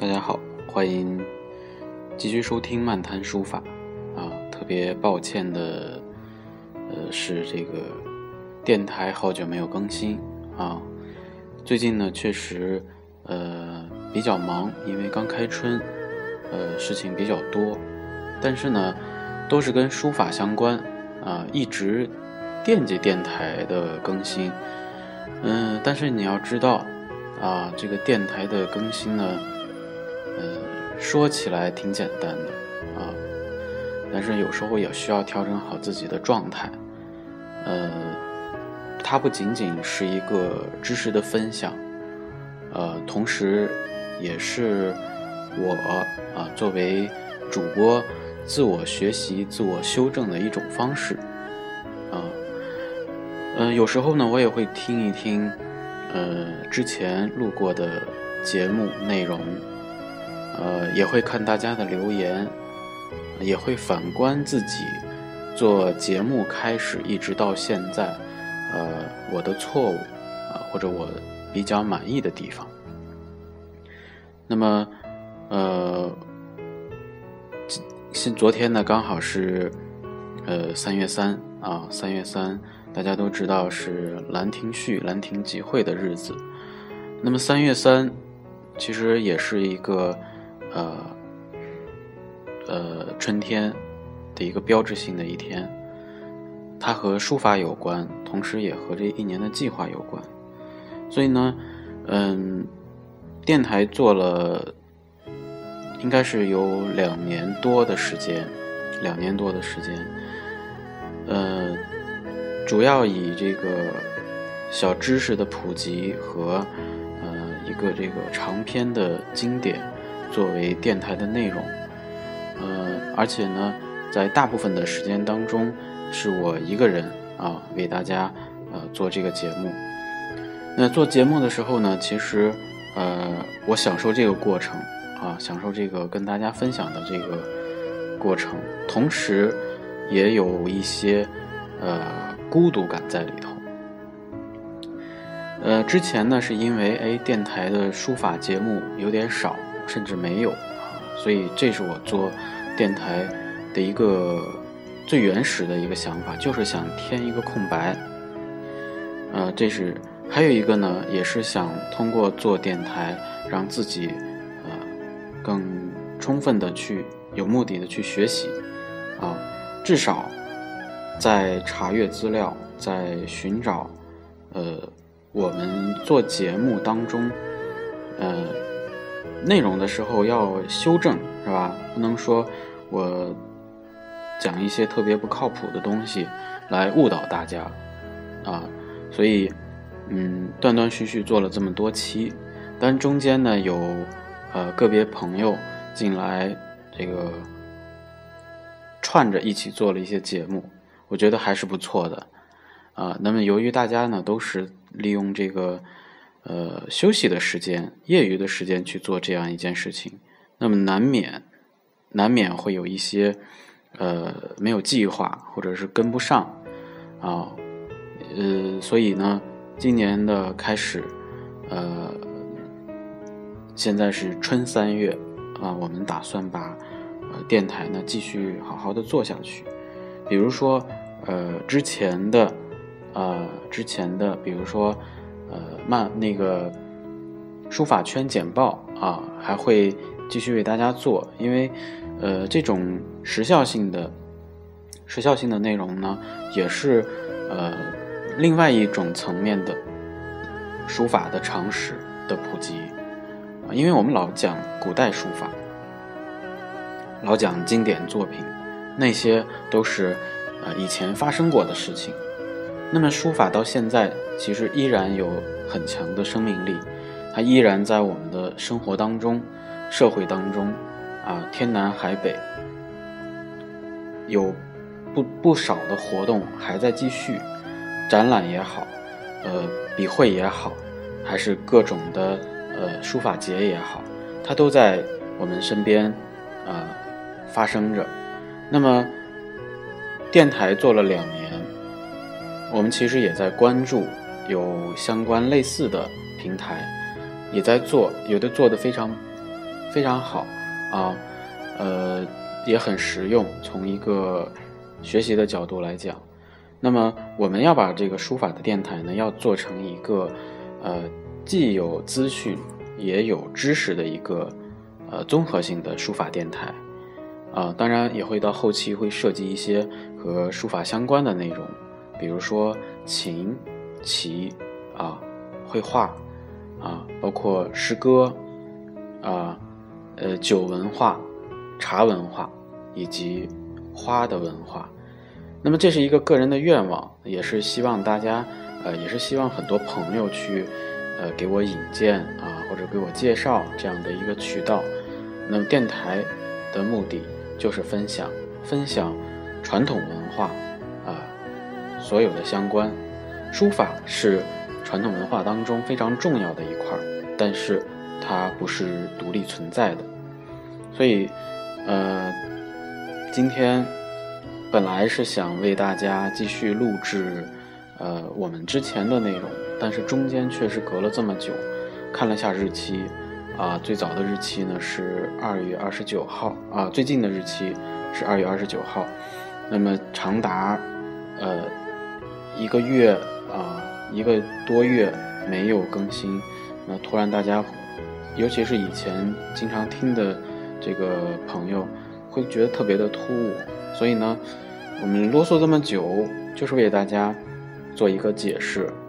大家好，欢迎继续收听漫谈书法特别抱歉的是这个电台好久没有更新最近呢确实比较忙，因为刚开春事情比较多，但是呢都是跟书法相关一直惦记电台的更新。但是你要知道这个电台的更新呢说起来挺简单的但是有时候也需要调整好自己的状态。它不仅仅是一个知识的分享，同时也是我作为主播自我学习自我修正的一种方式有时候呢我也会听一听之前录过的节目内容，也会看大家的留言，也会反观自己做节目开始一直到现在我的错误或者我比较满意的地方。那么昨天呢刚好是3月33月3大家都知道是兰亭序兰亭集会的日子。那么3月3其实也是一个春天的一个标志性的一天，它和书法有关，同时也和这一年的计划有关。所以呢电台做了应该是有2年多的时间主要以这个小知识的普及和一个这个长篇的经典作为电台的内容，而且呢在大部分的时间当中是我一个人为大家做这个节目。那做节目的时候呢，其实我享受这个过程享受这个跟大家分享的这个过程，同时也有一些孤独感在里头。之前呢是因为电台的书法节目有点少，甚至没有所以这是我做电台的一个最原始的一个想法，就是想填一个空白。这是还有一个呢，也是想通过做电台让自己更充分的去有目的的去学习至少在查阅资料，在寻找我们做节目当中内容的时候要修正，是吧？不能说我讲一些特别不靠谱的东西来误导大家所以断断续续做了这么多期，但中间呢有个别朋友进来这个串着一起做了一些节目，我觉得还是不错的那么由于大家呢都是利用这个休息的时间业余的时间去做这样一件事情，那么难免会有一些没有计划或者是跟不上所以呢今年的开始现在是春3月我们打算把电台呢继续好好的做下去。比如说之前的比如说那个书法圈简报还会继续为大家做，因为这种时效性的内容呢也是另外一种层面的书法的常识的普及因为我们老讲古代书法，老讲经典作品，那些都是以前发生过的事情。那么书法到现在其实依然有很强的生命力，它依然在我们的生活当中社会当中天南海北有不少的活动还在继续，展览也好笔会也好，还是各种的书法节也好，它都在我们身边发生着。那么电台做了2年，我们其实也在关注有相关类似的平台，也在做，有的做得非常非常好啊，也很实用，从一个学习的角度来讲。那么我们要把这个书法的电台呢，要做成一个既有资讯也有知识的一个综合性的书法电台。当然也会到后期会涉及一些和书法相关的内容，比如说琴、棋绘画包括诗歌酒文化、茶文化以及花的文化。那么这是一个个人的愿望，也是希望大家也是希望很多朋友去给我引荐或者给我介绍这样的一个渠道。那么电台的目的就是分享传统文化所有的相关。书法是传统文化当中非常重要的一块，但是它不是独立存在的。所以今天本来是想为大家继续录制我们之前的内容，但是中间确实隔了这么久，看了下日期最早的日期呢是2月29号最近的日期是2月29号，那么长达1个月1个多月没有更新，那突然大家尤其是以前经常听的这个朋友会觉得特别的突兀，所以呢我们啰嗦这么久就是为大家做一个解释